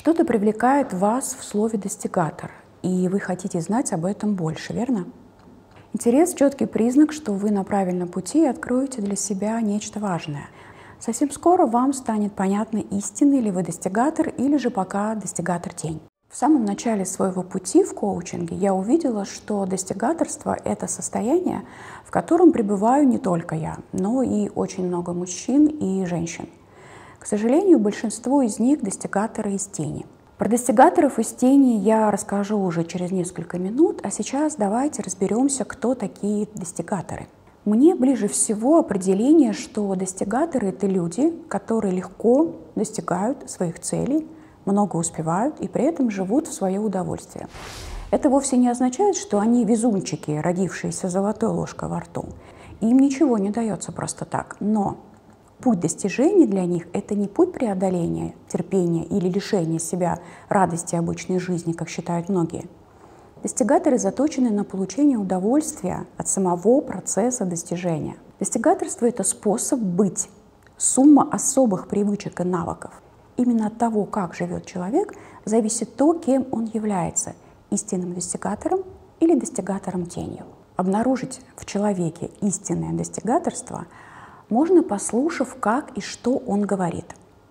Что-то привлекает вас в слове «достигатор», и вы хотите знать об этом больше, верно? Интерес – четкий признак, что вы на правильном пути и откроете для себя нечто важное. Совсем скоро вам станет понятно, истинный ли вы достигатор или же пока достигатор-тень. В самом начале своего пути в коучинге я увидела, что достигаторство – это состояние, в котором пребываю не только я, но и очень много мужчин и женщин. К сожалению, большинство из них – достигаторы из тени. Про достигаторов из тени я расскажу уже через несколько минут, а сейчас давайте разберемся, кто такие достигаторы. Мне ближе всего определение, что достигаторы – это люди, которые легко достигают своих целей, много успевают и при этом живут в свое удовольствие. Это вовсе не означает, что они везунчики, родившиеся золотой ложкой во рту. Им ничего не дается просто так, но путь достижений для них – это не путь преодоления, терпения или лишения себя радости обычной жизни, как считают многие. Достигаторы заточены на получение удовольствия от самого процесса достижения. Достигаторство – это способ быть, сумма особых привычек и навыков. Именно от того, как живет человек, зависит то, кем он является – истинным достигатором или достигатором-тенью. Обнаружить в человеке истинное достигаторство можно, послушав, как и что он говорит.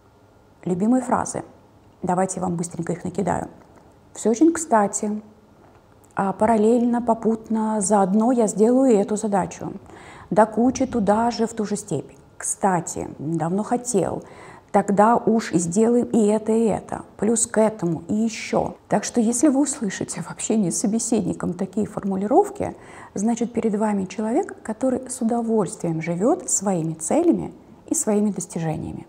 Любимые фразы. Давайте я вам быстренько их накидаю. «Все очень кстати», «параллельно, попутно, заодно я сделаю и эту задачу», «до кучи туда же, в ту же степь», «кстати», «давно хотел», «тогда уж и сделаем и это», плюс к этому и еще. Так что если вы услышите в общении с собеседником такие формулировки, значит перед вами человек, который с удовольствием живет своими целями и своими достижениями.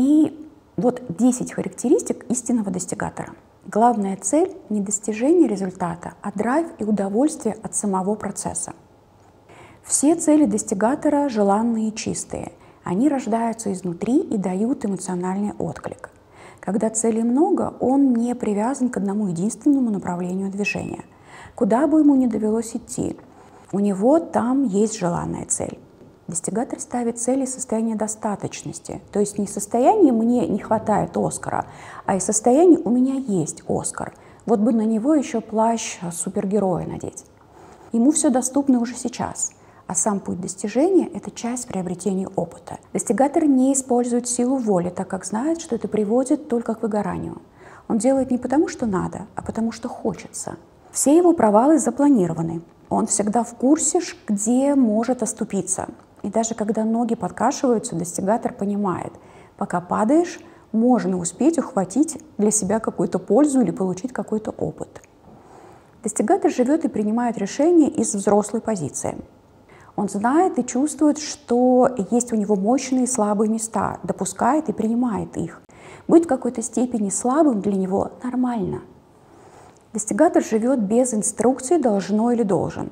И вот 10 характеристик истинного достигатора. Главная цель – не достижение результата, а драйв и удовольствие от самого процесса. Все цели достигатора желанные и чистые. Они рождаются изнутри и дают эмоциональный отклик. Когда целей много, он не привязан к одному единственному направлению движения. Куда бы ему ни довелось идти, у него там есть желанная цель. Достигатор ставит цели состояния достаточности, то есть не состояние «мне не хватает Оскара», а и состояние «у меня есть Оскар». Вот бы на него еще плащ супергероя надеть. Ему все доступно уже сейчас. А сам путь достижения – это часть приобретения опыта. Достигатор не использует силу воли, так как знает, что это приводит только к выгоранию. Он делает не потому, что надо, а потому, что хочется. Все его провалы запланированы. Он всегда в курсе, где может оступиться. И даже когда ноги подкашиваются, достигатор понимает, пока падаешь, можно успеть ухватить для себя какую-то пользу или получить какой-то опыт. Достигатор живет и принимает решения из взрослой позиции. Он знает и чувствует, что есть у него мощные и слабые места, допускает и принимает их. Быть в какой-то степени слабым для него нормально. Достигатор живет без инструкции «должно» или «должен».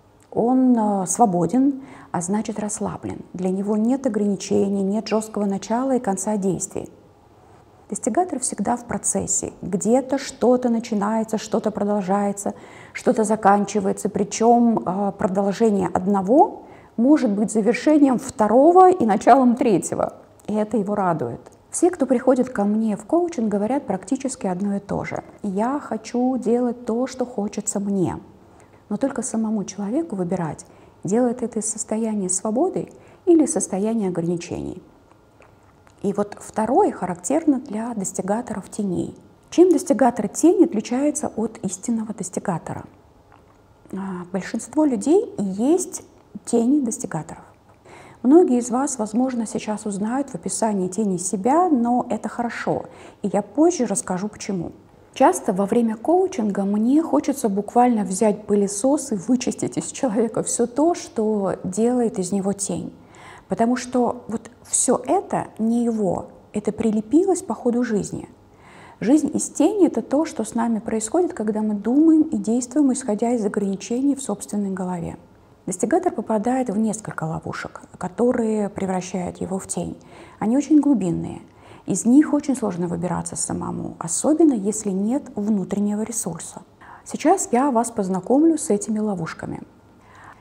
Он свободен, а значит расслаблен. Для него нет ограничений, нет жесткого начала и конца действий. Достигатор всегда в процессе. Где-то что-то начинается, что-то продолжается, что-то заканчивается. Причем продолжение одного может быть завершением второго и началом третьего. И это его радует. Все, кто приходит ко мне в коучинг, говорят практически одно и то же. Я хочу делать то, что хочется мне. Но только самому человеку выбирать, делает это из состояния свободы или состояния ограничений. И вот второе характерно для достигаторов теней. Чем достигатор тени отличается от истинного достигатора? Большинство людей есть тени достигаторов. Многие из вас, возможно, сейчас узнают в описании тени себя, но это хорошо, и я позже расскажу почему. Часто во время коучинга мне хочется буквально взять пылесос и вычистить из человека все то, что делает из него тень. Потому что вот все это не его, это прилепилось по ходу жизни. Жизнь из тени – это то, что с нами происходит, когда мы думаем и действуем, исходя из ограничений в собственной голове. Достигатор попадает в несколько ловушек, которые превращают его в тень. Они очень глубинные. Из них очень сложно выбираться самому, особенно если нет внутреннего ресурса. Сейчас я вас познакомлю с этими ловушками.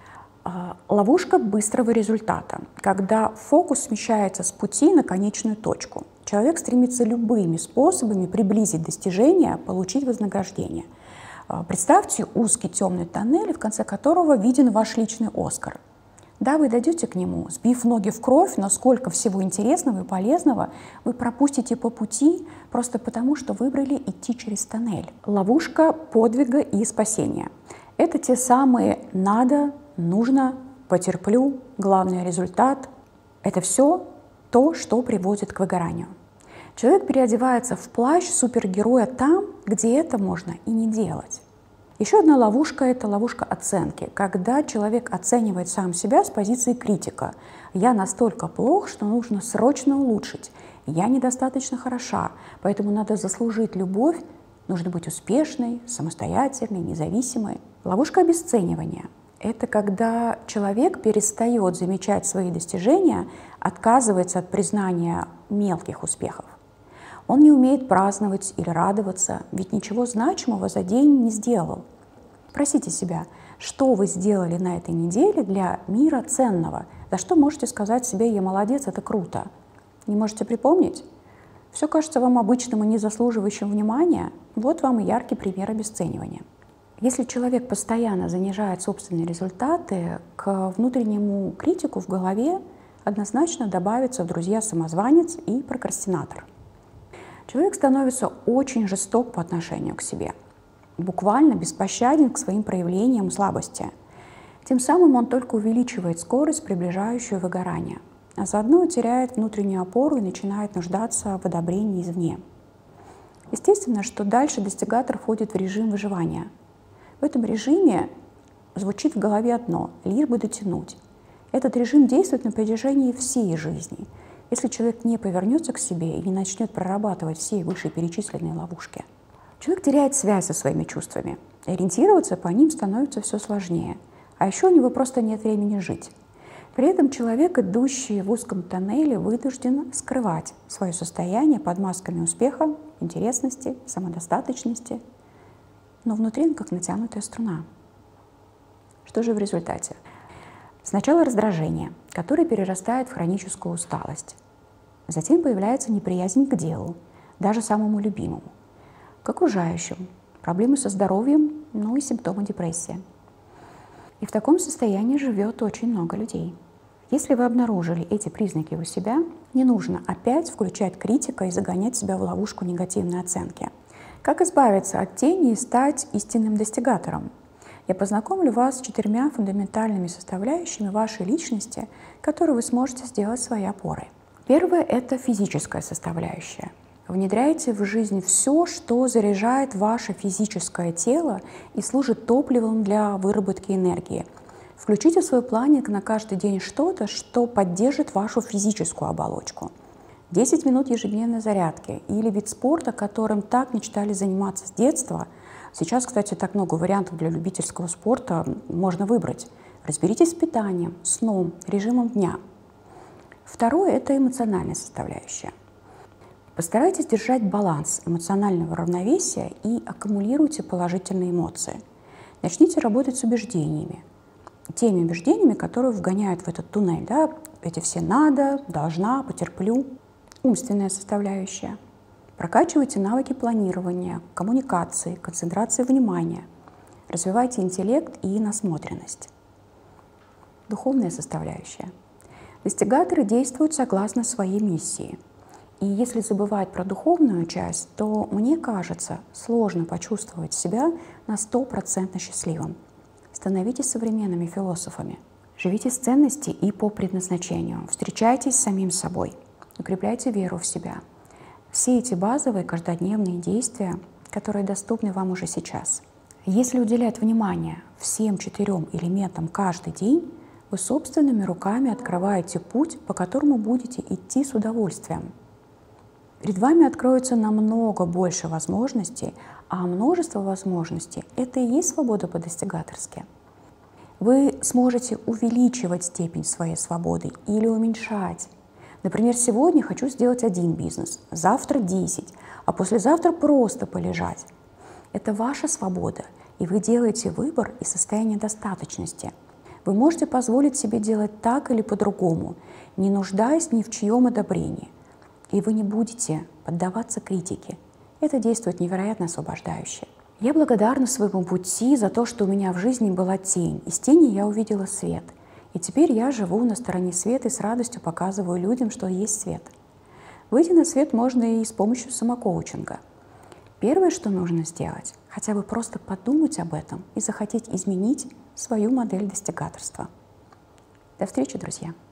Ловушка быстрого результата, когда фокус смещается с пути на конечную точку. Человек стремится любыми способами приблизить достижение, получить вознаграждение. Представьте узкий темный тоннель, в конце которого виден ваш личный Оскар. Да, вы дойдете к нему, сбив ноги в кровь, но сколько всего интересного и полезного вы пропустите по пути просто потому, что выбрали идти через тоннель. Ловушка подвига и спасения. Это те самые «надо», «нужно», «потерплю», «главный результат». Это все то, что приводит к выгоранию. Человек переодевается в плащ супергероя там, где это можно и не делать. Еще одна ловушка – это ловушка оценки, когда человек оценивает сам себя с позиции критика. «Я настолько плох, что нужно срочно улучшить. Я недостаточно хороша, поэтому надо заслужить любовь, нужно быть успешной, самостоятельной, независимой». Ловушка обесценивания – это когда человек перестает замечать свои достижения, отказывается от признания мелких успехов. Он не умеет праздновать или радоваться, ведь ничего значимого за день не сделал. Спросите себя, что вы сделали на этой неделе для мира ценного, за что можете сказать себе «я молодец, это круто». Не можете припомнить? Все кажется вам обычным и не заслуживающим внимания? Вот вам и яркий пример обесценивания. Если человек постоянно занижает собственные результаты, к внутреннему критику в голове однозначно добавится в друзья самозванец и прокрастинатор. Человек становится очень жесток по отношению к себе, буквально беспощаден к своим проявлениям слабости. Тем самым он только увеличивает скорость, приближающую выгорание, а заодно теряет внутреннюю опору и начинает нуждаться в одобрении извне. Естественно, что дальше достигатор входит в режим выживания. В этом режиме звучит в голове одно – лишь бы дотянуть. Этот режим действует на протяжении всей жизни, если человек не повернется к себе и не начнет прорабатывать все вышеперечисленные ловушки. Человек теряет связь со своими чувствами. Ориентироваться по ним становится все сложнее. А еще у него просто нет времени жить. При этом человек, идущий в узком тоннеле, вынужден скрывать свое состояние под масками успеха, интересности, самодостаточности. Но внутри он как натянутая струна. Что же в результате? Сначала раздражение, которое перерастает в хроническую усталость. Затем появляется неприязнь к делу, даже самому любимому, к окружающим, проблемы со здоровьем, ну и симптомы депрессии. И в таком состоянии живет очень много людей. Если вы обнаружили эти признаки у себя, не нужно опять включать критика и загонять себя в ловушку негативной оценки. Как избавиться от тени и стать истинным достигатором? Я познакомлю вас с 4 фундаментальными составляющими вашей личности, которые вы сможете сделать своей опорой. Первое – это физическая составляющая. Внедряйте в жизнь все, что заряжает ваше физическое тело и служит топливом для выработки энергии. Включите в свой планинг на каждый день что-то, что поддержит вашу физическую оболочку. 10 минут ежедневной зарядки или вид спорта, которым так мечтали заниматься с детства. Сейчас, кстати, так много вариантов для любительского спорта можно выбрать. Разберитесь с питанием, сном, режимом дня. Второе – это эмоциональная составляющая. Постарайтесь держать баланс эмоционального равновесия и аккумулируйте положительные эмоции. Начните работать с убеждениями. Теми убеждениями, которые вгоняют в этот туннель. Да? Эти все «надо», «должна», «потерплю». Умственная составляющая. Прокачивайте навыки планирования, коммуникации, концентрации внимания. Развивайте интеллект и насмотренность. Духовная составляющая. Достигаторы действуют согласно своей миссии. И если забывать про духовную часть, то, мне кажется, сложно почувствовать себя на 100% счастливым. Становитесь современными философами. Живите с ценностей и по предназначению. Встречайтесь с самим собой. Укрепляйте веру в себя. Все эти базовые каждодневные действия, которые доступны вам уже сейчас. Если уделять внимание всем 4 элементам каждый день, вы собственными руками открываете путь, по которому будете идти с удовольствием. Перед вами откроется намного больше возможностей, а множество возможностей – это и есть свобода по-достигаторски. Вы сможете увеличивать степень своей свободы или уменьшать. Например, сегодня хочу сделать 1 бизнес, завтра 10, а послезавтра просто полежать. Это ваша свобода, и вы делаете выбор из состояния достаточности. Вы можете позволить себе делать так или по-другому, не нуждаясь ни в чьем одобрении. и вы не будете поддаваться критике. Это действует невероятно освобождающе. Я благодарна своему пути за то, что у меня в жизни была тень. Из тени я увидела свет. И теперь я живу на стороне света и с радостью показываю людям, что есть свет. Выйти на свет можно и с помощью самокоучинга. Первое, что нужно сделать, хотя бы просто подумать об этом и захотеть изменить свою модель достигаторства. До встречи, друзья!